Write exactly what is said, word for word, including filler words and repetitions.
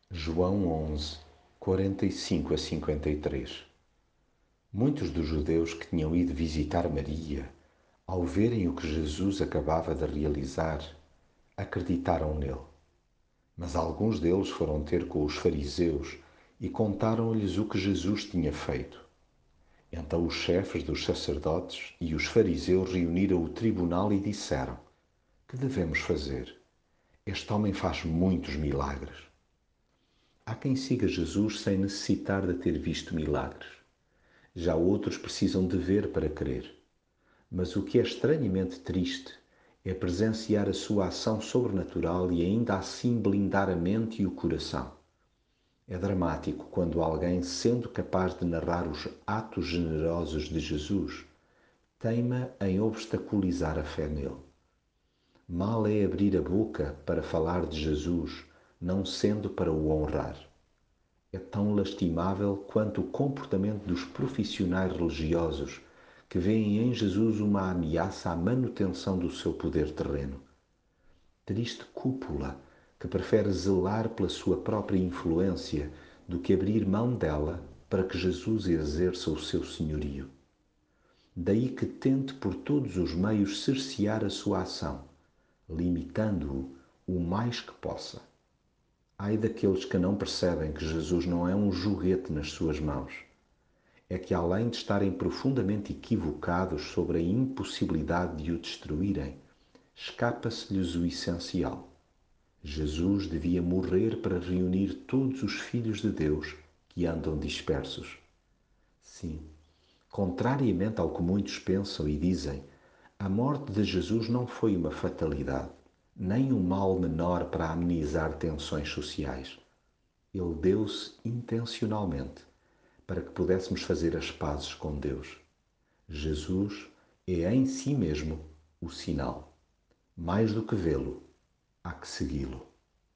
João onze, quarenta e cinco a cinquenta e três. Muitos dos judeus que tinham ido visitar Maria, ao verem o que Jesus acabava de realizar, acreditaram nele. Mas alguns deles foram ter com os fariseus e contaram-lhes o que Jesus tinha feito. Então os chefes dos sacerdotes e os fariseus reuniram o tribunal e disseram: Que devemos fazer? Este homem faz muitos milagres. Há quem siga Jesus sem necessitar de ter visto milagres. Já outros precisam de ver para crer. Mas o que é estranhamente triste é presenciar a sua ação sobrenatural e ainda assim blindar a mente e o coração. É dramático quando alguém, sendo capaz de narrar os atos generosos de Jesus, teima em obstaculizar a fé nele. Mal é abrir a boca para falar de Jesus, não sendo para o honrar. É tão lastimável quanto o comportamento dos profissionais religiosos que veem em Jesus uma ameaça à manutenção do seu poder terreno. Triste cúpula que prefere zelar pela sua própria influência do que abrir mão dela para que Jesus exerça o seu senhorio. Daí que tente por todos os meios cercear a sua ação, limitando-o o mais que possa. Ai daqueles que não percebem que Jesus não é um joguete nas suas mãos. É que, além de estarem profundamente equivocados sobre a impossibilidade de o destruírem, escapa-se-lhes o essencial. Jesus devia morrer para reunir todos os filhos de Deus que andam dispersos. Sim, contrariamente ao que muitos pensam e dizem, a morte de Jesus não foi uma fatalidade, nem um mal menor para amenizar tensões sociais. Ele deu-se intencionalmente para que pudéssemos fazer as pazes com Deus. Jesus é em si mesmo o sinal. Mais do que vê-lo, há que segui-lo.